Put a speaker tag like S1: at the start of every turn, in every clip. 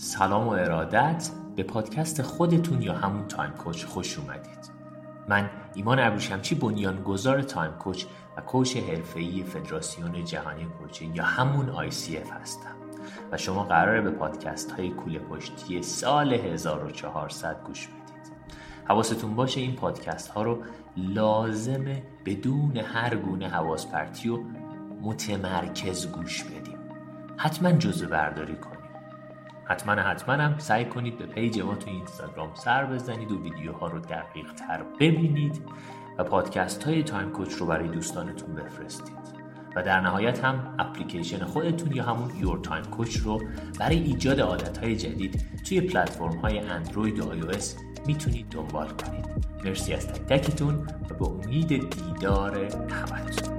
S1: سلام و ارادت به پادکست خودتون یا همون تایم کوچ خوش اومدید. من ایمان ابروشمچی بنیانگذار تایم کوچ و کوچ حرفه‌ای فدراسیون جهانی کوچینگ یا همون ICF هستم و شما قراره به پادکست های کوله پشتی سال 1400 گوش بدید. حواستون باشه این پادکست ها رو لازمه بدون هر گونه حواس پرتی و متمرکز گوش بدیم. حتما جزوه برداری کنید. حتما هم سعی کنید به پیج ما تو اینستاگرام سر بزنید و ویدیوها رو دقیق تر ببینید و پادکست های تایم کوچ رو برای دوستانتون بفرستید و در نهایت هم اپلیکیشن خودتون یا همون یور تایم کوچ رو برای ایجاد عادت های جدید توی پلتفرم های اندروید و iOS میتونید دنبال کنید. مرسی از تک تکتون و به امید دیدار همتون.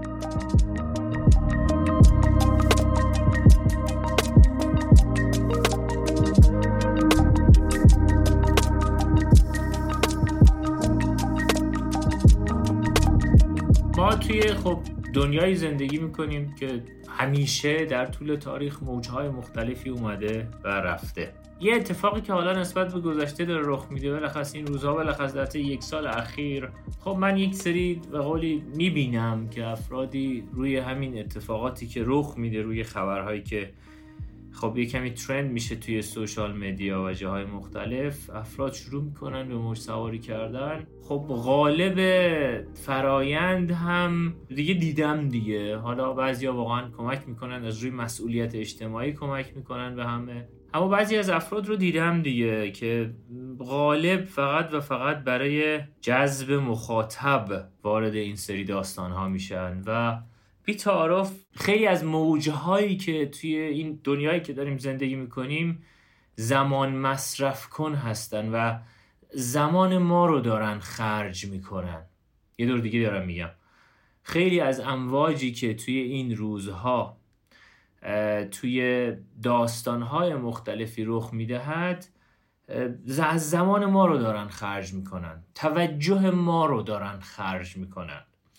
S2: ما توی دنیای زندگی میکنیم که همیشه در طول تاریخ موجهای مختلفی اومده و رفته. یه اتفاقی که حالا نسبت به گذشته داره رخ میده، بالاخص این روزها، بالاخص در طی یک سال اخیر، من یک سری به قولی میبینم که افرادی روی همین اتفاقاتی که رخ میده، روی خبرهایی که یه کمی ترند میشه توی سوشال مدیا و جاهای مختلف، افراد شروع میکنن به موج سواری کردن. غالب فرایند هم دیدم. حالا بعضیا واقعا کمک میکنن، از روی مسئولیت اجتماعی کمک میکنن به همه، اما بعضی از افراد رو دیدم که غالب فقط برای جذب مخاطب وارد این سری داستان ها میشن و بی تعارف خیلی از موجهایی که توی این دنیایی که داریم زندگی میکنیم زمان مصرف کن هستن و زمان ما رو دارن خرج میکنن. یه دور دیگه دارم میگم، خیلی از امواجی که توی این روزها توی داستانهای مختلفی رخ میدهد از زمان ما رو دارن خرج میکنن، توجه ما رو دارن خرج میکنن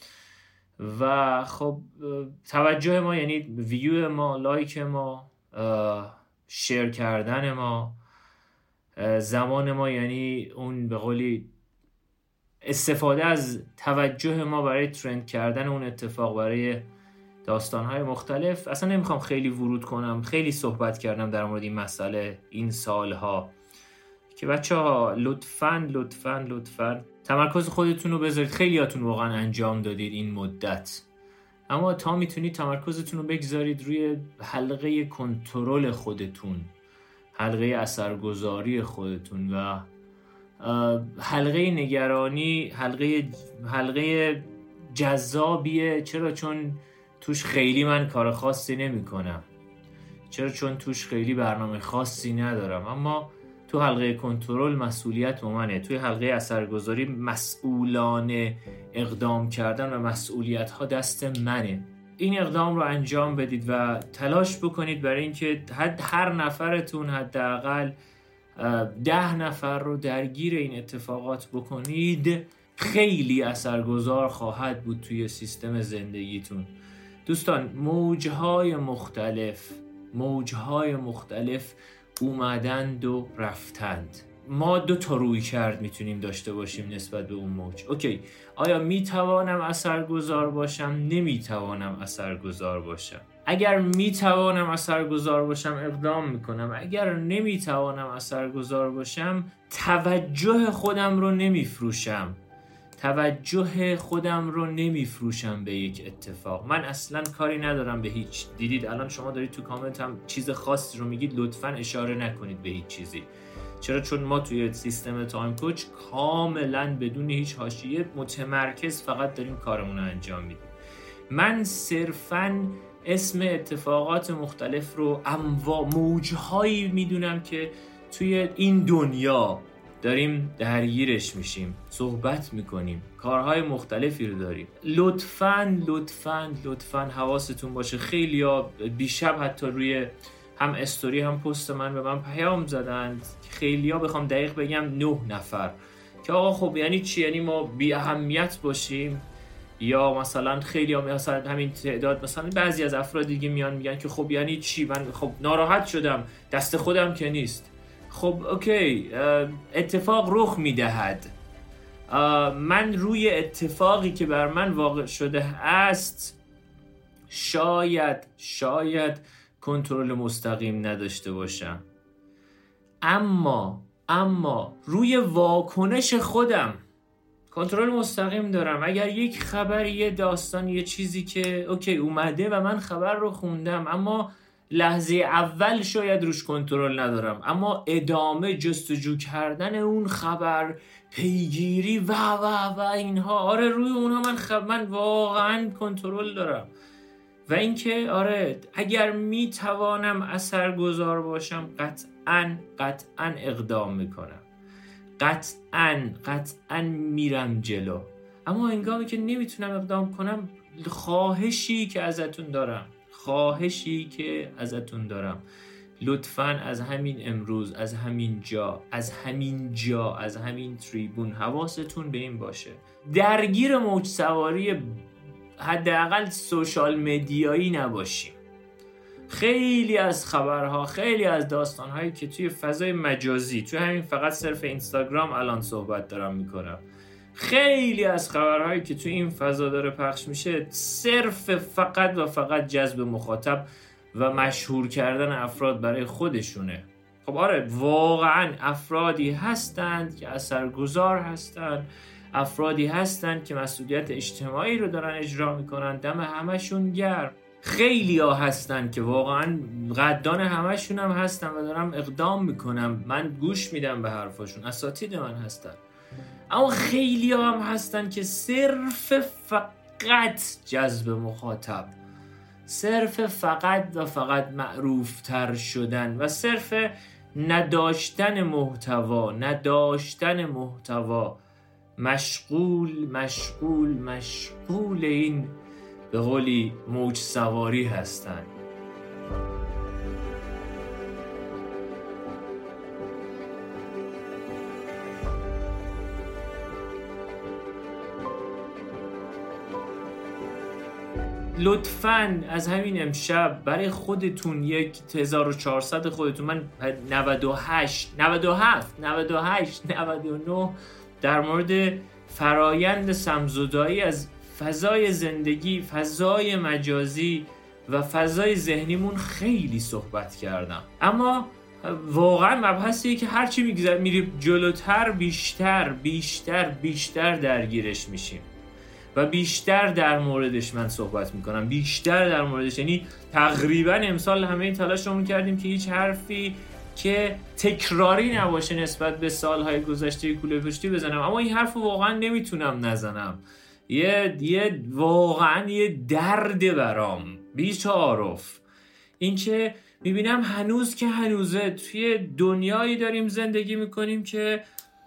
S2: و توجه ما یعنی ویو ما، لایک ما، شیر کردن ما، زمان ما یعنی اون به قولی استفاده از توجه ما برای ترند کردن اون اتفاق، برای داستانهای مختلف. اصلا نمیخوام خیلی ورود کنم، خیلی صحبت کردم در مورد این مسئله این سالها که بچه‌ها لطفاً تمرکز خودتون رو بذارید. خیلیاتون واقعا انجام دادید این مدت، اما تا میتونید تمرکزتون رو بگذارید روی حلقه کنترل خودتون، حلقه اثرگذاری خودتون و حلقه نگرانی، حلقه جذابیه. چرا؟ چون توش خیلی من کار خاصی نمی کنم، چرا؟ چون توش خیلی برنامه خاصی ندارم، اما تو حلقه کنترل مسئولیت منه، توی حلقه اثرگذاری مسئولانه اقدام کردن و مسئولیت ها دست منه. این اقدام رو انجام بدید و تلاش بکنید برای اینکه هر نفرتون حداقل 10 نفر رو درگیر این اتفاقات بکنید. خیلی اثرگذار خواهد بود توی سیستم زندگیتون. دوستان، موجهای مختلف اومدند و رفتند. ما 2 تا روی کرد میتونیم داشته باشیم نسبت به اون موج. اوکی، آیا میتوانم اثرگذار باشم؟ نمیتوانم اثرگذار باشم. اگر میتوانم اثرگذار باشم اقدام میکنم، اگر نمیتوانم اثرگذار باشم توجه خودم رو نمیفروشم به یک اتفاق. من اصلا کاری ندارم به هیچ. دیدید الان شما دارید تو کامنت هم چیز خاصی رو میگید، لطفاً اشاره نکنید به هیچ چیزی. چرا؟ چون ما توی سیستم تایم کوچ کاملاً بدون هیچ حاشیه متمرکز فقط داریم کارمون رو انجام میدیم. من صرفاً اسم اتفاقات مختلف رو موجهایی میدونم که توی این دنیا داریم درگیرش میشیم، صحبت میکنیم، کارهای مختلفی رو داریم. لطفاً حواستون باشه. خیلیا دیشب حتی روی هم استوری هم پست من به من پیام زدن، خیلیا بخوام دقیق بگم 9 نفر که آقا یعنی چی؟ یعنی ما بی اهمیت باشیم؟ یا مثلا خیلی مثلا همین تعداد، مثلا بعضی از افراد دیگه میان میگن که یعنی چی؟ من ناراحت شدم، دست خودم که نیست. خب اوکی، اتفاق رخ میدهد، من روی اتفاقی که بر من واقع شده است شاید کنترل مستقیم نداشته باشم، اما روی واکنش خودم کنترل مستقیم دارم. اگر یک خبر، یه داستان، یه چیزی که اوکی اومده و من خبر رو خوندم، اما لحظه اول شاید روش کنترل ندارم، اما ادامه جستجو کردن اون خبر، پیگیری و اینها، آره روی اونها من واقعا کنترل دارم. و اینکه آره اگر میتوانم اثرگذار باشم قطعاً اقدام میکنم، قطعاً میرم جلو. اما هنگامی که نمیتونم اقدام کنم، خواهشی که ازتون دارم لطفاً از همین امروز، از همین تریبون حواستون به این باشه، درگیر موج سواری حداقل سوشال مدیایی نباشیم. خیلی از خبرها، خیلی از داستانهایی که توی فضای مجازی، توی همین فقط صرف اینستاگرام الان صحبت دارم میکنم، خیلی از خبرهایی که توی این فضا داره پخش میشه صرف فقط جذب مخاطب و مشهور کردن افراد برای خودشونه. خب آره واقعا افرادی هستند که اثرگذار هستند، افرادی هستند که مسئولیت اجتماعی رو دارن اجرا میکنن، دم همشون گرم. خیلی ها هستن که واقعا قدردان همشون هم هستن و دارم اقدام میکنم، من گوش میدم به حرفاشون، اساتید من هستن. اما خیلی ها هم هستن که صرف فقط جذب مخاطب، صرف فقط معروف تر شدن و صرف نداشتن محتوا مشغول این به قولی موج سواری هستن. لطفاً از همین امشب برای خودتون یک 1400 خودتون، من 98 99 در مورد فرایند سمزدایی از فضای زندگی، فضای مجازی و فضای ذهنیمون خیلی صحبت کردم. اما واقعا مبحثیه که هرچی میری جلوتر بیشتر درگیرش میشیم و بیشتر در موردش من صحبت میکنم، بیشتر در موردش. یعنی تقریبا امسال همه این تلاشمون کردیم که هیچ حرفی که تکراری نباشه نسبت به سالهای گذشته کوله پشتی بزنم، اما این حرف واقعا نمیتونم نزنم. واقعا یه درد برام بی‌تعارف این که میبینم هنوز که هنوزه توی دنیایی داریم زندگی میکنیم که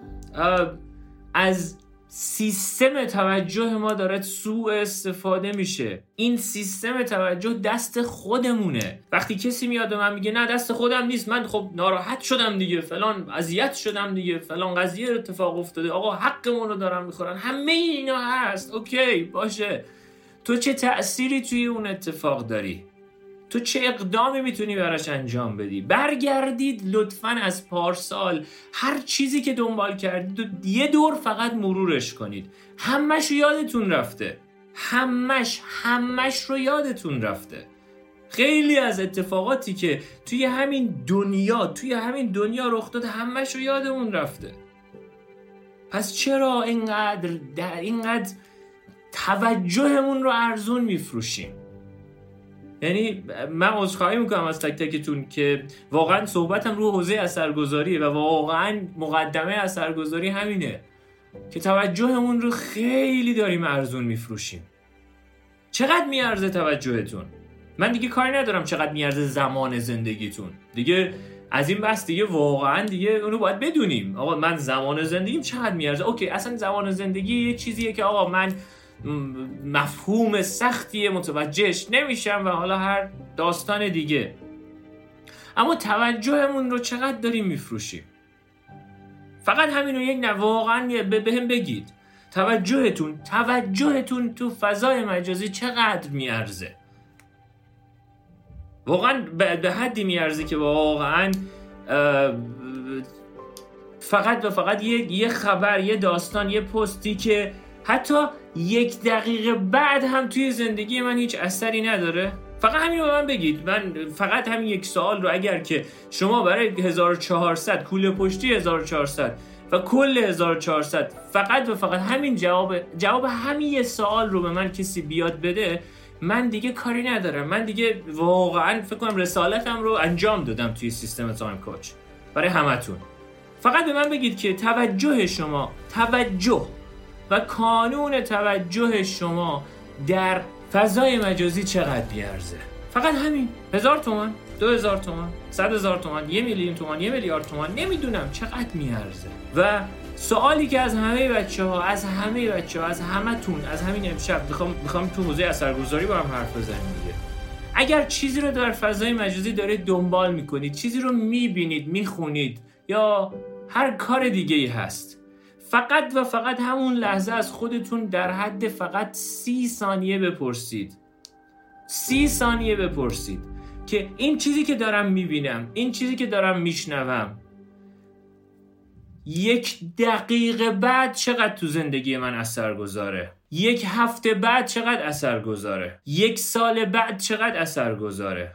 S2: از سیستم توجه ما داره سوء استفاده میشه. این سیستم توجه دست خودمونه. وقتی کسی میاد و من میگه نه دست خودم نیست، من خب ناراحت شدم دیگه، فلان اذیت شدم دیگه، فلان قضیه اتفاق افتاده، آقا حقمون رو دارن میخورن، همه اینا هست، اوکی باشه، تو چه تأثیری توی اون اتفاق داری؟ تو چه اقدامی میتونی براش انجام بدی؟ برگردید لطفاً از پارسال، هر چیزی که دنبال کردید یه دور فقط مرورش کنید. همش یادتون رفته، همش رو یادتون رفته. خیلی از اتفاقاتی که توی همین دنیا رخ داد همش رو یادمون رفته. پس چرا اینقدر توجهمون رو ارزون میفروشیم؟ یعنی من عذرخواهی میکنم از تک تکتون که واقعا صحبتم رو حوزه اثرگذاریه و واقعا مقدمه اثرگذاری همینه که توجهمون رو خیلی داریم ارزون میفروشیم. چقدر میارزه توجهتون؟ من دیگه کاری ندارم چقدر میارزه زمان زندگیتون، دیگه از این بس دیگه واقعا دیگه اونو باید بدونیم. آقا من زمان زندگیم چقدر میارزه؟ اوکی اصلا زمان زندگی یه چیزیه که آقا من مفهوم سختیه، متوجهش نمیشم و حالا هر داستان دیگه. اما توجهمون رو چقدر داریم میفروشیم؟ فقط همینو یک واقعا بهم بگید، توجهتون تو فضای مجازی چقدر میارزه؟ واقعا به حدی میارزه که واقعا فقط و فقط یه خبر، یه داستان، یه پستی که حتی 1 دقیقه بعد هم توی زندگی من هیچ اثری نداره. فقط همین رو به من بگید. من فقط همین یک سوال رو اگر که شما برای 1400 کوله پشتی 1400 و کل 1400 فقط و فقط همین جواب همین یه سوال رو به من کسی بیاد بده، من دیگه کاری ندارم. من دیگه واقعا فکر کنم رسالتم رو انجام دادم توی سیستم تایم کوچ برای همتون. فقط به من بگید که توجه شما، توجه و کانون توجه شما در فضای مجازی چقدر میارزه. فقط همین. 1000 تومان، 2000 تومان، 100,000 تومان، 1,000,000 تومان، 1,000,000,000 تومان، نمیدونم چقدر میارزه. و سوالی که از همه بچه‌ها، از همتون، از همین امشب میخوام تو حوزه اثرگذاری با هم حرف بزنیم دیگه. اگر چیزی رو در فضای مجازی دارید دنبال میکنید، چیزی رو میبینید، میخونید یا هر کار دیگه‌ای هست، فقط و فقط همون لحظه از خودتون در حد فقط 30 ثانیه بپرسید. 30 ثانیه بپرسید که این چیزی که دارم میبینم، این چیزی که دارم میشنوم، 1 دقیقه بعد چقدر تو زندگی من اثر گذاره؟ 1 هفته بعد چقدر اثر گذاره؟ 1 سال بعد چقدر اثر گذاره؟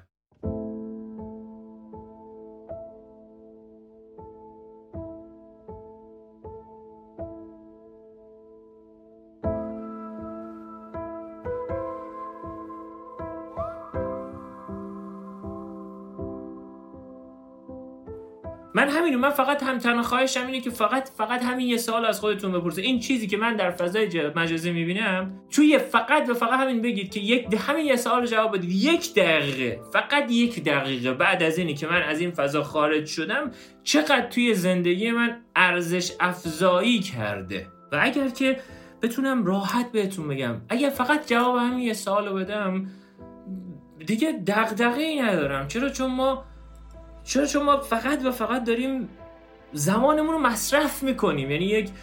S2: من فقط تنها خواهشم اینه که فقط همین یه سوال از خودتون بپرسید. این چیزی که من در فضای مجازی میبینم، توی فقط همین بگید که همین یه سوال جواب بدید. 1 دقیقه، فقط 1 دقیقه بعد از اینی که من از این فضا خارج شدم چقدر توی زندگی من ارزش افزایی کرده. و اگر که بتونم راحت بهتون بگم، اگر فقط جواب همین یه سوالو بدم دیگه دغدغه‌ای ندارم. چون ما فقط و فقط داریم زمانمون رو مصرف میکنیم. یعنی یک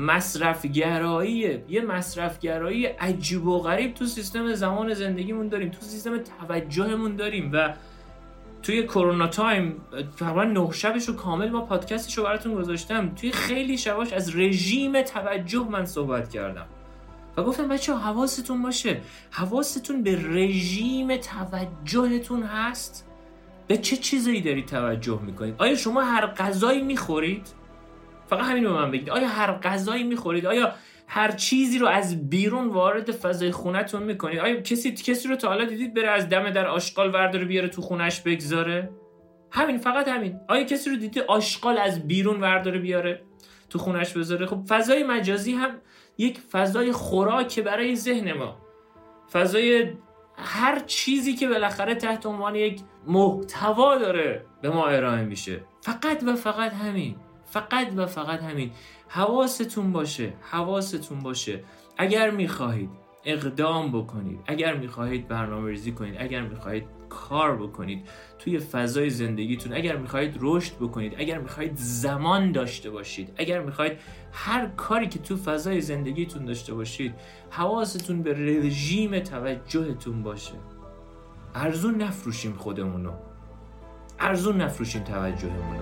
S2: مصرفگرایی عجیب و غریب تو سیستم زمان زندگیمون داریم، تو سیستم توجهمون داریم. و توی کرونا تایم تقریبا 9 شبش رو کامل ما پادکستش رو براتون گذاشتم. توی خیلی شباش از رژیم توجه من صحبت کردم و گفتم بچه‌ها حواستون باشه، حواستون به رژیم توجهتون هست؟ به چه چیزایی دارید توجه میکنید؟ آیا شما هر غذایی میخورید؟ فقط همین رو به من بگید. آیا هر غذایی میخورید؟ آیا هر چیزی رو از بیرون وارد فضای خونتون میکنید؟ آیا کسی رو تا حالا دیدید بره از دم در آشغال ورداره بیاره تو خونش بگذاره؟ همین، فقط همین. آیا کسی رو دیدید آشغال از بیرون ورداره بیاره تو خونش بذاره؟ خب فضای مجازی هم یک فضای خوراک برای ذهن ما، فضای هر چیزی که بالاخره تحت عنوان یک محتوا داره به ما ارائه میشه. فقط و فقط همین. حواستون باشه. اگر میخواهید اقدام بکنید، اگر میخواهید برنامه‌ریزی کنید، اگر میخواهید کار بکنید توی فضای زندگیتون، اگر میخواهید رشد بکنید، اگر میخواهید زمان داشته باشید، اگر میخواهید هر کاری که تو فضای زندگیتون داشته باشید، حواستون به رژیم توجهتون باشه. ارزون نفروشیم خودمونو، ارزون نفروشیم توجهمونو.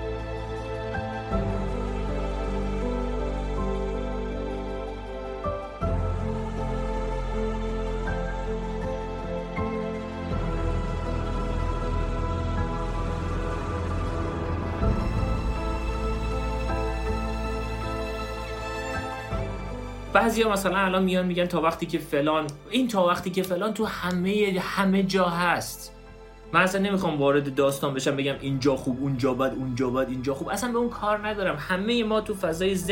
S2: بعضیا مثلا الان میان میگن تا وقتی که فلان تو همه جا هست. من اصلا نمیخوام وارد داستان بشم بگم اینجا خوب، اونجا بد، اینجا خوب. اصلا به اون کار ندارم. همه ما تو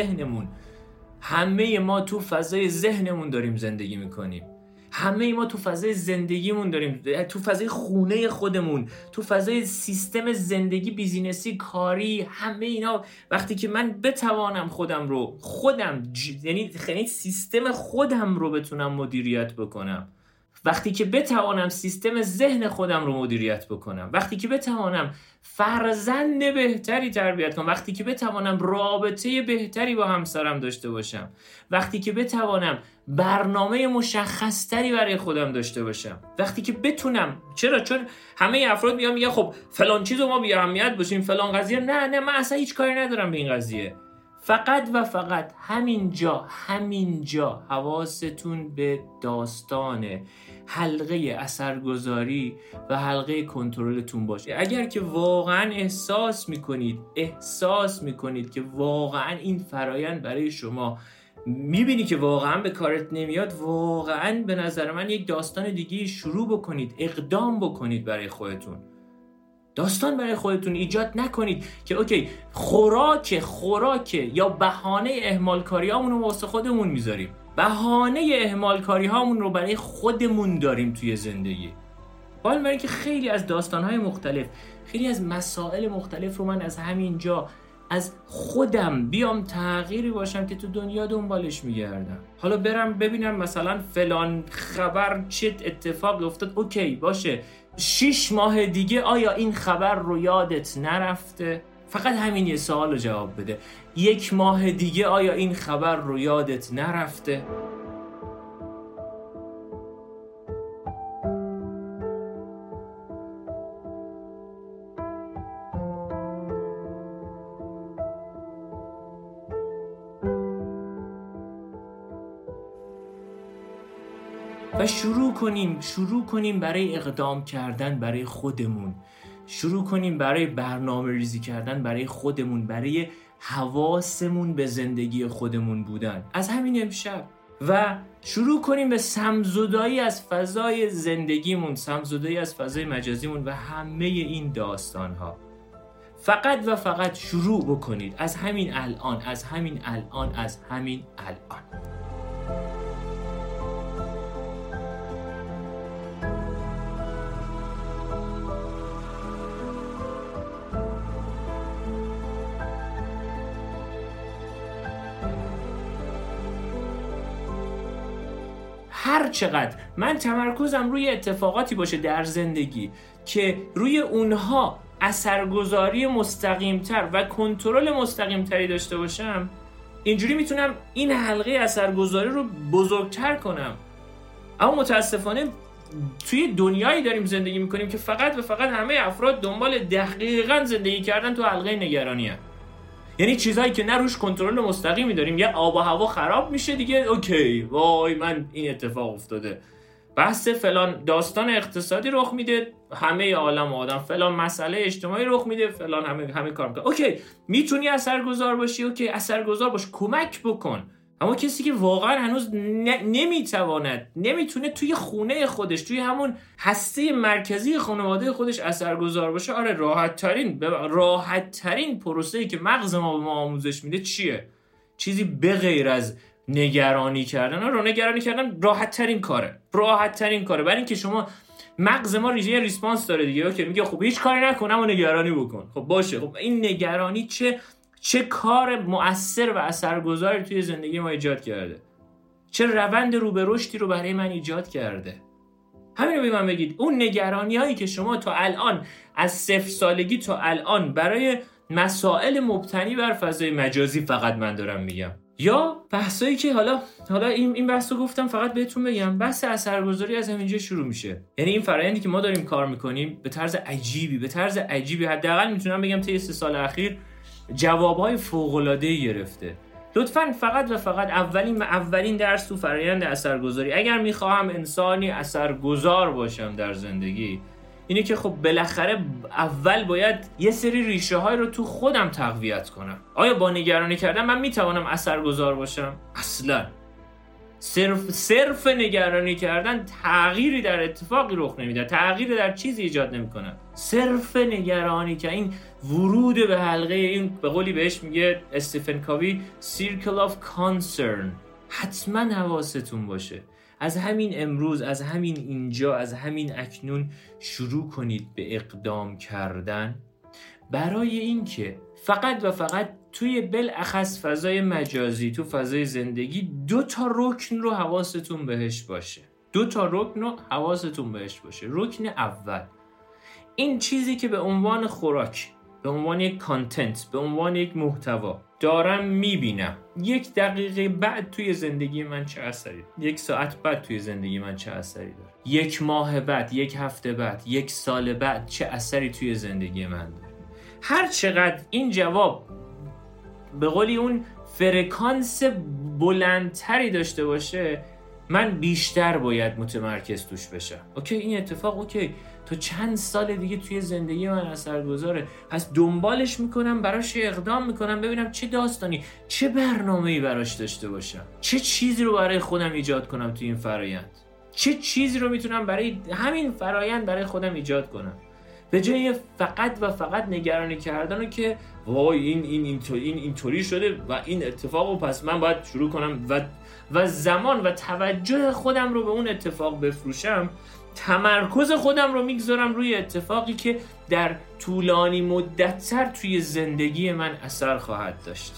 S2: فضای ذهنمون داریم زندگی میکنیم. همه ما تو فضای زندگیمون داریم، تو فضای خونه خودمون، تو فضای سیستم زندگی، بیزینسی، کاری، همه اینا. وقتی که من بتوانم یعنی سیستم خودم رو بتونم مدیریت بکنم وقتی که بتوانم سیستم ذهن خودم رو مدیریت بکنم، وقتی که بتوانم فرزند بهتری تربیت کنم، وقتی که بتوانم رابطه بهتری با همسرم داشته باشم، وقتی که بتوانم برنامه مشخصتری برای خودم داشته باشم، وقتی که بتونم. چون همه افراد میگن خب فلان چیزو ما بی اهمیت باشیم، فلان قضیه نه من اصلا هیچ کاری ندارم به این قضیه. فقط و فقط همینجا حواستون به داستان حلقه اثرگذاری و حلقه کنترلتون باشه. اگر که واقعا احساس میکنید که واقعا این فرایند برای شما میبینی که واقعا به کارت نمیاد، واقعا به نظر من یک داستان دیگه شروع بکنید، اقدام بکنید برای خودتون. داستان برای خودتون ایجاد نکنید که اوکی خوراک یا بهانه اهمال کاری هامون رو واسه خودمون میذاریم. بهانه اهمال کاری هامون رو برای خودمون داریم توی زندگی. حال برای که خیلی از داستان‌های مختلف، خیلی از مسائل مختلف رو من از همینجا از خودم بیام تغییری باشم که تو دنیا دنبالش میگردم. حالا برم ببینم مثلا فلان خبر چه اتفاقی افتاد، اوکی باشه 6 ماه دیگه آیا این خبر رو یادت نرفته؟ فقط همین یه سوال رو جواب بده. 1 ماه دیگه آیا این خبر رو یادت نرفته؟ و شروع کنیم برای اقدام کردن برای خودمون، شروع کنیم برای برنامه ریزی کردن برای خودمون، برای حواسمون به زندگی خودمون بودن از همین امشب، و شروع کنیم به سمزدایی از فضای زندگیمون، سمزدایی از فضای مجازیمون و همه این داستانها. فقط و فقط شروع بکنید از همین الان. هر چقدر من تمرکزم روی اتفاقاتی باشه در زندگی که روی اونها اثرگذاری مستقیمتر و کنترل مستقیمتری داشته باشم، اینجوری میتونم این حلقه اثرگذاری رو بزرگتر کنم. اما متاسفانه توی دنیایی داریم زندگی میکنیم که فقط و فقط همه افراد دنبال دقیقاً زندگی کردن تو حلقه نگرانی هست. یعنی چیزایی که نه روش کنترل مستقیمی داریم، یه آب و هوا خراب میشه دیگه اوکی وای من این اتفاق افتاده، بحث فلان داستان اقتصادی رخ میده، همه عالم آدم فلان مسئله اجتماعی رخ میده، فلان همه کار میکنه. اوکی میتونی اثرگذار باشی، اوکی اثرگذار باش، کمک بکن. اما کسی که واقعا هنوز نمیتونه توی خونه خودش، توی همون هسته مرکزی خانواده خودش اثرگذار باشه، آره راحت ترین پروسه‌ای که مغز ما به ما آموزش میده چیه؟ چیزی به غیر از نگرانی کردن. نگرانی کردن راحت ترین کاره برای اینکه شما مغز ما ریسپانس داره دیگه، اوکی میگه خب هیچ کاری نکنم و نگرانی بکن. خب باشه، خب این نگرانی چه کار مؤثر و اثرگذاری توی زندگی ما ایجاد کرده؟ چه روند رو به رشدی رو برای من ایجاد کرده؟ همین رو به من بگید. اون نگرانی هایی که شما تا الان از 0 سالگی تا الان برای مسائل مبتنی بر فضای مجازی فقط من دارم میگم، یا بحثایی که حالا این بحث رو گفتم فقط بهتون بگم، بحث اثرگذاری از همینجا شروع میشه. یعنی این فرآیندی که ما داریم کار میکنیم به طرز عجیبی حداقل میتونم بگم طی 3 سال اخیر جوابهای فوق‌العاده‌ای گرفته. لطفاً فقط و فقط اولین درس تو فرآیند اثرگذاری، اگر میخواهم انسانی اثرگذار باشم در زندگی، اینه که خب بالاخره اول باید یه سری ریشه های رو تو خودم تقویت کنم. آیا با نگرانی کردن من میتوانم اثرگذار باشم؟ اصلا صرف نگرانی کردن تغییری در اتفاقی رخ نمیده، تغییری در چیزی ایجاد نمیکنه. صرف نگرانی که این ورود به حلقه، این به قولی بهش میگه استیفن کاوی Circle of Concern، حتما حواستون باشه. از همین امروز، از همین اینجا، از همین اکنون شروع کنید به اقدام کردن برای اینکه فقط و فقط توی بالاخص فضای مجازی، تو فضای زندگی 2 رکن رو حواستون بهش باشه. 2 تا رکن رو حواستون بهش باشه. رکن اول، این چیزی که به عنوان خوراک، به عنوان یک کانتنت، به عنوان یک محتوا دارم میبینم، 1 دقیقه بعد توی زندگی من چه اثری داره، 1 ساعت بعد توی زندگی من چه اثری داره، 1 ماه بعد، 1 هفته بعد، 1 سال بعد چه اثری توی زندگی من داره. هر چقدر این جواب به قولی اون فرکانس بلندتری داشته باشه، من بیشتر باید متمرکز توش بشم. اوکی این اتفاق اوکی تا چند سال دیگه توی زندگی من اثرگذاره، پس دنبالش میکنم، براش اقدام میکنم، ببینم چه داستانی، چه برنامه‌ای براش داشته باشم، چه چیزی رو برای خودم ایجاد کنم توی این فرایند، چه چیزی رو میتونم برای همین فرایند برای خودم ایجاد کنم، به جای فقط و فقط نگرانی کردن که وای این اینطوری شده و این اتفاقو پس من باید شروع کنم و زمان و توجه خودم رو به اون اتفاق بفروشم. تمرکز خودم رو میگذارم روی اتفاقی که در طولانی مدت‌تر توی زندگی من اثر خواهد داشت.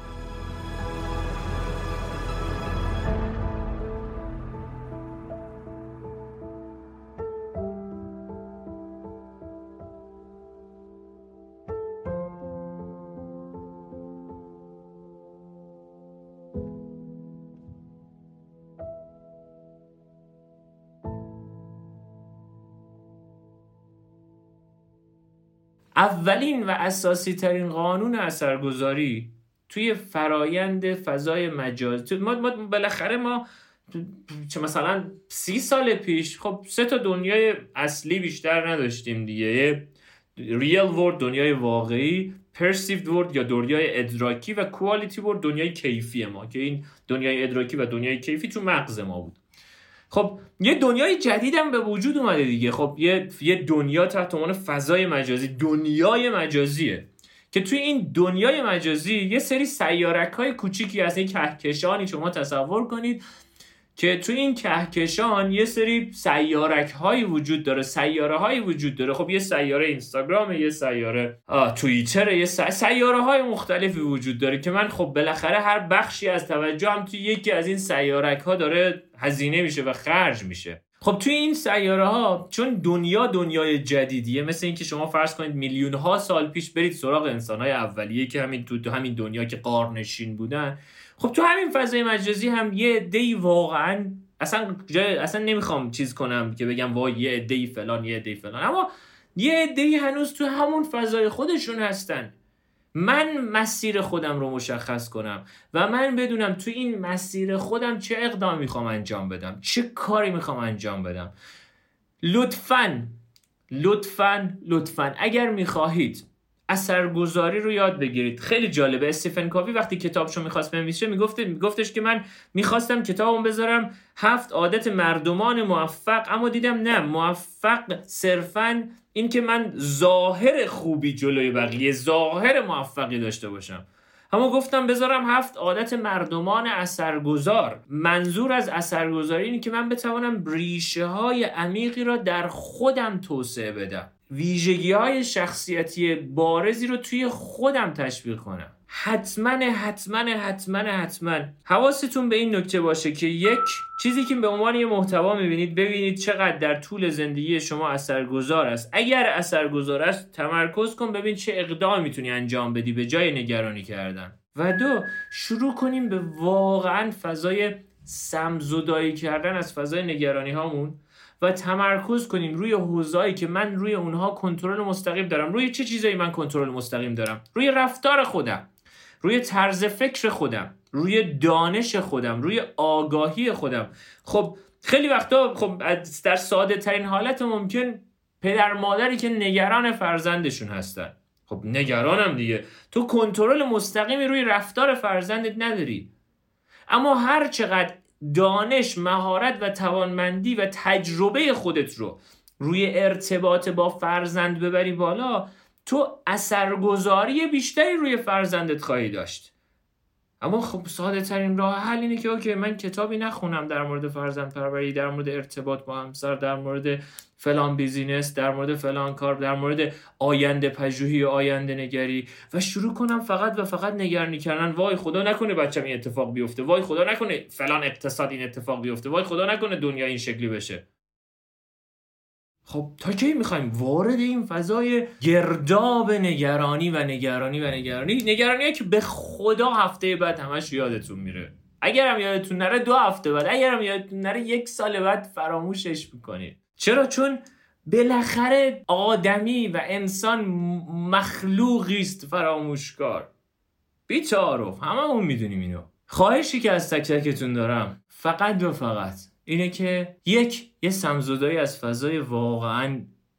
S2: اولین و اساسی ترین قانون اثرگذاری توی فرایند فضای مجازی، ما بالاخره ما چه مثلا 30 سال پیش خب 3 تا دنیای اصلی بیشتر نداشتیم دیگه، ریل ورد دنیای واقعی، پرسیود ورد یا دنیای ادراکی و کوالیتی ورد دنیای کیفی ما، که این دنیای ادراکی و دنیای کیفی تو مغز ما بود. خب یه دنیای جدیدم به وجود اومده دیگه. خب یه دنیا تحت عنوان فضای مجازی، دنیای مجازیه که توی این دنیای مجازی یه سری سیارک‌های کوچیکی از این کهکشانی شما تصور کنید که توی این کهکشان یه سری سیارک‌هایی وجود داره، سیاره‌هایی وجود داره. خب یه سیاره اینستاگرام، یه سیاره توییتر، یه سیاره‌های مختلفی وجود داره که من خب بالاخره هر بخشی از توجهم توی یکی از این سیارک‌ها داره هزینه میشه و خرج میشه. خب توی این سیاره‌ها چون دنیای جدیدیه، مثل این که شما فرض کنید میلیون‌ها سال پیش برید سراغ انسان‌های اولیه که همین تو همین دنیا که غارنشین بودن، خب تو همین فضای مجازی هم یه عده‌ای واقعاً اصلا نمیخوام چیز کنم که بگم وای یه عده‌ای فلان یه عده‌ای فلان، اما یه عده‌ای هنوز تو همون فضای خودشون هستن. من مسیر خودم رو مشخص کنم و من بدونم تو این مسیر خودم چه اقدامی میخوام انجام بدم، چه کاری میخوام انجام بدم. لطفاً اگر میخواهید اثرگذاری رو یاد بگیرید. خیلی جالبه، استیفن کوی وقتی کتابشو میخواست بنویسه میگفتش که من میخواستم کتابم بذارم 7 عادت مردمان موفق، اما دیدم نه، موفق صرفاً این که من ظاهر خوبی جلوی بقیه، ظاهر موفقی داشته باشم، اما گفتم بذارم 7 عادت مردمان اثرگذار. منظور از اثرگذاری اینه که من بتوانم ریشه های عمیقی را در خودم توسعه بدم، ویژگی‌های شخصیتی بارزی رو توی خودم تشویق کنم. حتما حواستون به این نکته باشه که یک چیزی که به عنوان یه محتوا می‌بینید، ببینید چقدر در طول زندگی شما اثرگذار است. اگر اثرگذار است تمرکز کن، ببین چه اقدامی میتونی انجام بدی به جای نگرانی کردن. و 2 شروع کنیم به واقعاً فضای سمزدایی کردن از فضای نگرانی هامون و تمرکز کنیم روی حوزه‌ای که من روی اونها کنترل مستقیم دارم. روی چه چیزایی من کنترل مستقیم دارم؟ روی رفتار خودم، روی طرز فکر خودم، روی دانش خودم، روی آگاهی خودم. خب خیلی وقتا خب در ساده ترین حالت ممکن پدر مادری که نگران فرزندشون هستن، خب نگرانم دیگه، تو کنترل مستقیمی روی رفتار فرزندت نداری، اما هر چقدر دانش، مهارت و توانمندی و تجربه خودت رو روی ارتباط با فرزند ببری بالا، تو اثرگذاری بیشتری روی فرزندت خواهی داشت. اما خب ساده ترین راه حل اینه که اوکی من کتابی نخونم در مورد فرزند پروری، در مورد ارتباط با همسر، در مورد فلان بیزینس، در مورد فلان کار، در مورد آینده پژوهی و آینده نگری و شروع کنم فقط و فقط نگرانی کردن. وای خدا نکنه بچه‌م این اتفاق بیفته، وای خدا نکنه فلان اقتصاد این اتفاق بیفته، وای خدا نکنه دنیا این شکلی بشه. خب تا کی میخوایم وارد این فضای گرداب نگرانی که به خدا هفته بعد همش یادتون میره، اگرم یادتون نره 2 هفته بعد، اگرم یادتون نره 1 سال بعد فراموشش میکنید. چرا؟ چون بالاخره آدمی و انسان مخلوقی است فراموشکار. بی‌تعارف هممون میدونیم اینو. خواهشی که از تک تکتون دارم فقط و فقط اینه که یه سمزدایی از فضای واقعا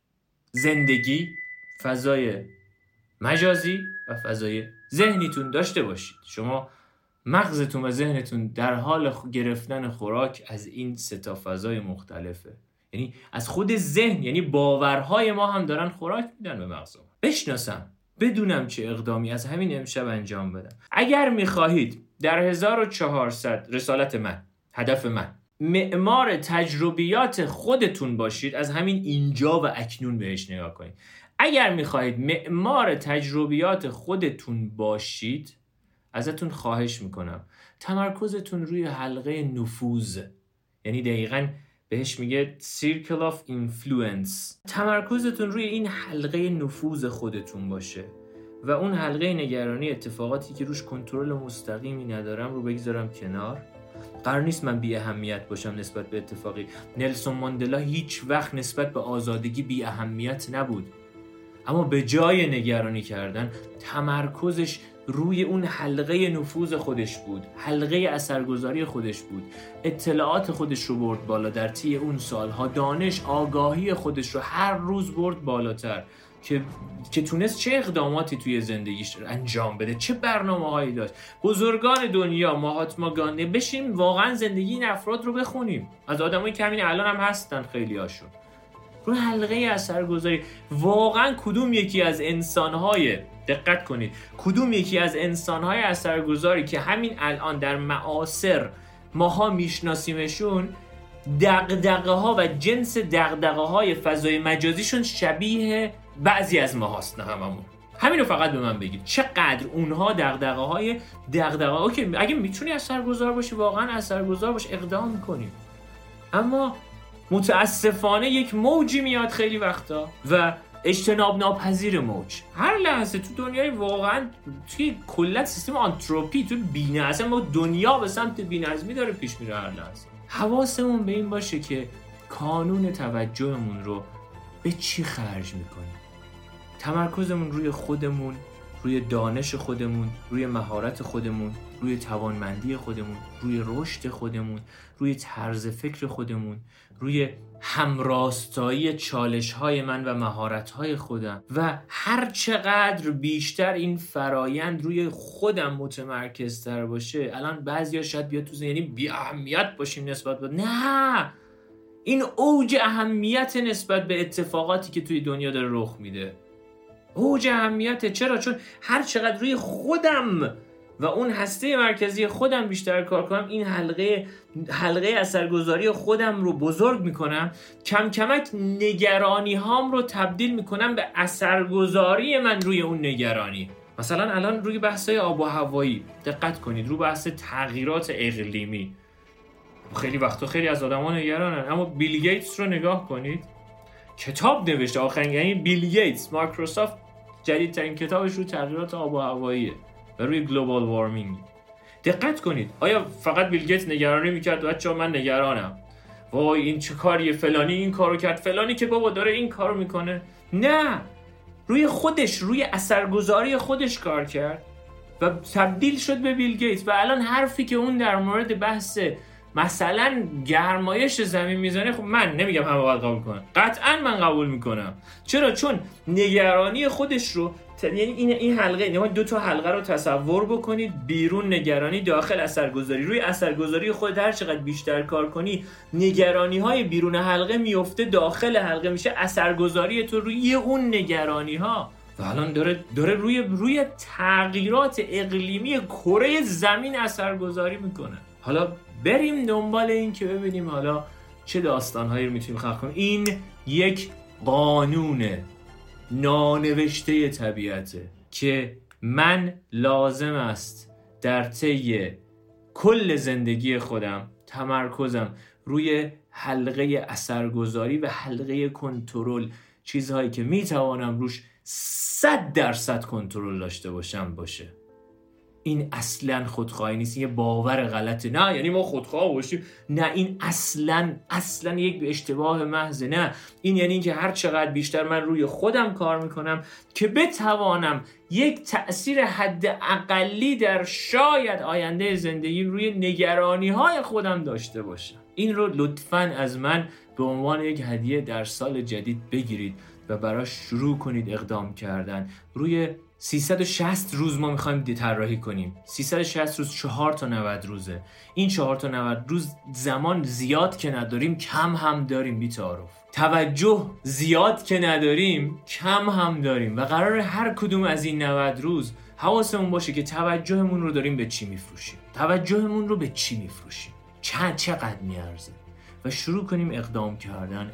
S2: زندگی، فضای مجازی و فضای ذهنیتون داشته باشید. شما مغزتون و ذهنتون در حال گرفتن خوراک از این 3 تا فضای مختلفه. یعنی از خود ذهن، یعنی باورهای ما هم دارن خوراک میدن به مغزم. بشناسم، بدونم چه اقدامی از همین امشب انجام بدم. اگر میخواهید در 1400 رسالت من، هدف من، معمار تجربیات خودتون باشید، از همین اینجا و اکنون بهش نگاه کنید. اگر میخواهید معمار تجربیات خودتون باشید، ازتون خواهش میکنم تمرکزتون روی حلقه نفوذ، یعنی دقیقاً بهش میگه Circle of Influence، تمرکزتون روی این حلقه نفوذ خودتون باشه و اون حلقه نگرانی اتفاقاتی که روش کنترل مستقیمی ندارم رو بگذارم کنار. قرار نیست من بی اهمیت باشم نسبت به اتفاقی. نلسون ماندلا هیچ وقت نسبت به آزادگی بی اهمیت نبود، اما به جای نگرانی کردن تمرکزش روی اون حلقه نفوذ خودش بود، حلقه اثرگذاری خودش بود، اطلاعات خودش رو برد بالا در طی اون سالها، دانش آگاهی خودش رو هر روز برد بالاتر که تونست چه اقداماتی توی زندگیش انجام بده، چه برنامه‌هایی داشت. بزرگان دنیا، ماهاتما گاندی، بشیم واقعا زندگی این افراد رو بخونیم، از آدمایی که همین الان هم هستن خیلی هاشون. رو حلقه اثرگذاری واقعا کدوم یکی از انسان‌های، دقت کنید، کدوم یکی از انسان‌های اثرگذاری که همین الان در معاصر ماها میشناسیمشون دغدغه‌ها و جنس دغدغه‌های فضای مجازیشون شبیه بعضی از ما هست؟ نه هممون. همینو فقط به من بگید چقدر اونها دغدغه‌های اوکی اگه میتونی اثرگذار باشی واقعا اثرگذار باش، اقدام می‌کنی. اما متاسفانه یک موجی میاد خیلی وقتا و اجتناب ناپذیر موج هر لحظه تو دنیای واقعا توی کلا سیستم آنتروپی، تو بی‌نظمی، ما دنیا به سمت بی‌نظمی داره پیش میره هر لحظه. حواسمون به این باشه که کانون توجهمون رو به چی خرج میکنیم. تمرکزمون روی خودمون، روی دانش خودمون، روی مهارت خودمون، روی توانمندی خودمون، روی رشد خودمون، روی طرز فکر خودمون، روی همراستایی چالش‌های من و مهارت‌های خودم. و هر چقدر بیشتر این فرایند روی خودم متمرکزتر باشه، الان بعضیا شاید بیاد تو یعنی بی اهمیت باشیم نسبت به، نه، این اوج اهمیت نسبت به اتفاقاتی که توی دنیا داره رخ میده. اوج اهمیته. چرا؟ چون هر چقدر روی خودم و اون هسته مرکزی خودم بیشتر کار کنم، این حلقه اثرگذاری خودم رو بزرگ میکنم، کم کمک نگرانی هام رو تبدیل میکنم به اثرگذاری من روی اون نگرانی. مثلا الان روی بحثای آب و هوایی دقت کنید، روی بحث تغییرات اقلیمی خیلی وقتا خیلی از آدما نگرانن، اما بیل گیتس رو نگاه کنید، کتاب نوشته آخرین، یعنی بیل گیتس، مایکروسافت جدیدترین کتابش رو تغییرات آب و هواییه و روی گلوبال وارمینگ. دقت کنید، آیا فقط بیل گیتس نگرانی میکرد بچه‌ها من نگرانم وای این چه کاریه، فلانی این کارو کرد، فلانی که بابا داره این کارو میکنه؟ نه، روی خودش، روی اثرگذاری خودش کار کرد و تبدیل شد به بیل گیتس. و الان حرفی که اون در مورد بحث مثلا گرمایش زمین میزنه، خب من نمیگم همه باید قبول کنن، قطعا من قبول میکنم. چرا؟ چون نگرانی خودش رو، یعنی این حلقه، یعنی 2 تا حلقه رو تصور بکنید، بیرون نگرانی، داخل اثرگذاری. روی اثرگذاری خود هر چقدر بیشتر کار کنی، نگرانی های بیرون حلقه میفته داخل حلقه، میشه اثرگذاری تو روی اون نگرانی ها. و الان داره روی تغییرات اقلیمی کره زمین اثرگذاری میکنه. حالا بریم دنبال این که ببینیم حالا چه داستانهایی رو میتونیم خلق کنیم. این یک قانون نانوشته طبیعته که من لازم است در طی کل زندگی خودم تمرکزم روی حلقه اثرگذاری و حلقه کنترل، چیزهایی که میتوانم روش 100% کنترل داشته باشم باشه. این اصلا خودخواهی نیست، یه باور غلطه. نه یعنی ما خودخواه باشیم، نه این اصلا یک اشتباه محضه. نه این یعنی که هر چقدر بیشتر من روی خودم کار میکنم که بتوانم یک تأثیر حد اقلی در شاید آینده زندگی روی نگرانی های خودم داشته باشم. این رو لطفاً از من به عنوان یک هدیه در سال جدید بگیرید و براش شروع کنید اقدام کردن. روی 360 روز ما میخوایم طراحی کنیم. 360 روز 4 تا 90 روزه. این 4 تا 90 روز زمان زیاد که نداریم، کم هم داریم بی‌تعارف. توجه زیاد که نداریم، کم هم داریم و قراره هر کدوم از این 90 روز حواسمون باشه که توجهمون رو داریم به چی میفروشیم. توجهمون رو به چی میفروشیم؟ چقدر میارزه؟ و شروع کنیم اقدام کردن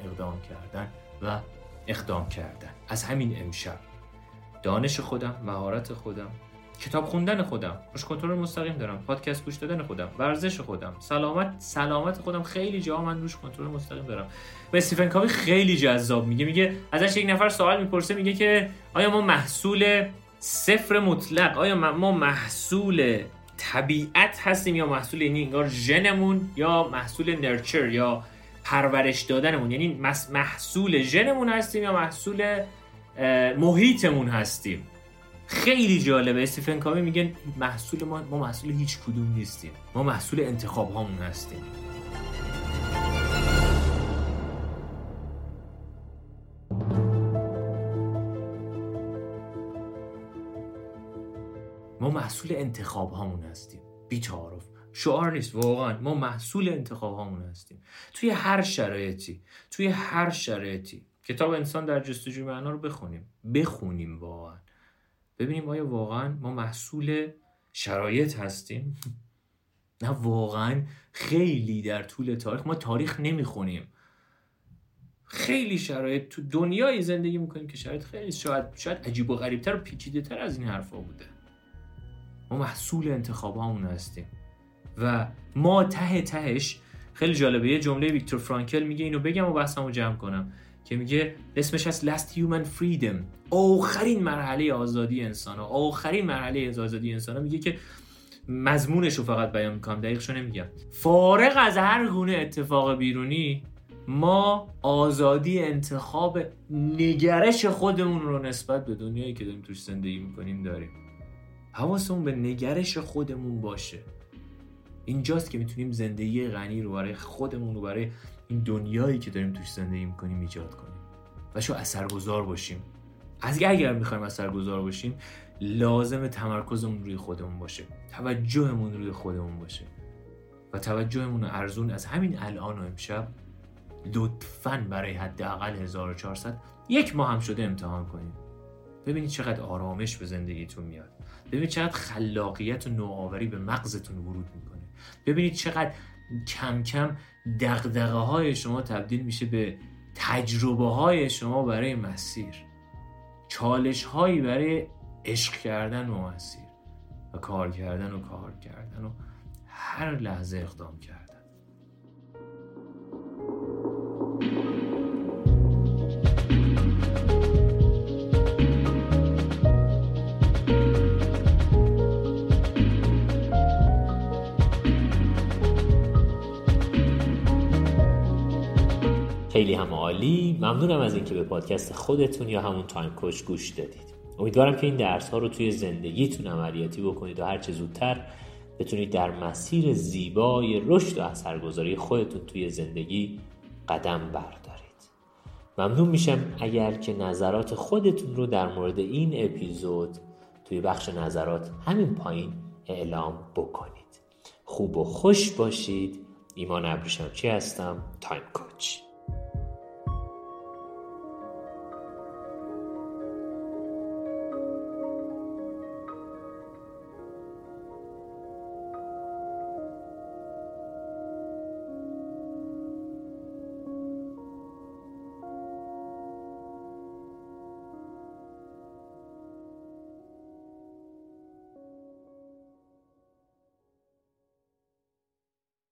S2: و اقدام کردن. از همین امشب دانش خودم، مهارت خودم، کتاب خوندن خودم، روش کنترل مستقیم دارم، پادکست گوش دادن خودم، ورزش خودم، سلامت خودم، خیلی جا من روش کنترل مستقیم دارم. و استیفن کاوی خیلی جذاب میگه ازش یک نفر سوال میپرسه، میگه که آیا ما محصول صفر مطلق، آیا ما محصول طبیعت هستیم یا محصول یعنی انگار ژنمون، یا محصول نرچر یا پرورش دادنمون، یعنی محصول ژنمون هستیم یا محصول محیطمون هستیم. خیلی جالبه. استیفن کاوی میگه محصول ما محصول هیچ کدوم نیستیم، ما محصول انتخاب هامون هستیم. ما محصول انتخاب هامون هستیم، بی‌تعارف. شعار نیست، واقعا ما محصول انتخاب هامون هستیم. توی هر شرایطی کتاب انسان در جستجوی معنا رو بخونیم واقعا، ببینیم آیا واقعا ما محصول شرایط هستیم. نه واقعا خیلی در طول تاریخ ما تاریخ نمیخونیم، خیلی شرایط تو دنیای زندگی میکنیم که شرایط خیلی شاید عجیب و غریبتر و پیچیده تر از این حرفا بوده. ما محصول انتخابامون هستیم و ما تهش خیلی جالبه. یه جمله ویکتور فرانکل میگه، اینو بگم و بحثمو جمع کنم، که میگه اسمش از Last Human Freedom، آخرین مرحله آزادی انسان. میگه که مضمونش رو فقط بیان میکنم، دقیقشو نمیگم. فارغ از هر گونه اتفاق بیرونی، ما آزادی انتخاب نگرش خودمون رو نسبت به دنیایی که داریم توش زندگی میکنیم داریم. حواسمون به نگرش خودمون باشه. اینجاست که میتونیم زندگی غنی رو برای خودمون و برای این دنیایی که داریم توش زندگی میکنیم ایجاد کنیم و شو اثرگذار باشیم. اگر میخوایم اثرگذار باشیم، لازم تمرکزمون روی خودمون باشه، توجهمون روی خودمون باشه و توجهمون ارزون از همین الان و امشب لطفاً برای حداقل 1400 یک ماه هم شده امتحان کنید. ببینید چقدر آرامش به زندگیتون میاد، ببینید چقدر خلاقیت و نوآوری به مغزتون ورود میکنه، ببینید چقدر کم کم دغدغه‌های شما تبدیل میشه به تجربه‌های شما برای مسیر، چالش‌هایی برای عشق کردن و مسیر و کار کردن و هر لحظه اقدام کردن.
S1: خیلی هم عالی. ممنونم از اینکه به پادکست خودتون یا همون تایم کوچ گوش دادید. امیدوارم که این درس‌ها رو توی زندگیتون عملیاتی بکنید و هر چه زودتر بتونید در مسیر زیبای رشد و اثرگذاری خودتون توی زندگی قدم بردارید. ممنون میشم اگر که نظرات خودتون رو در مورد این اپیزود توی بخش نظرات همین پایین اعلام بکنید. خوب و خوش باشید. ایمان ابریشمچی هستم، تایم کوچ.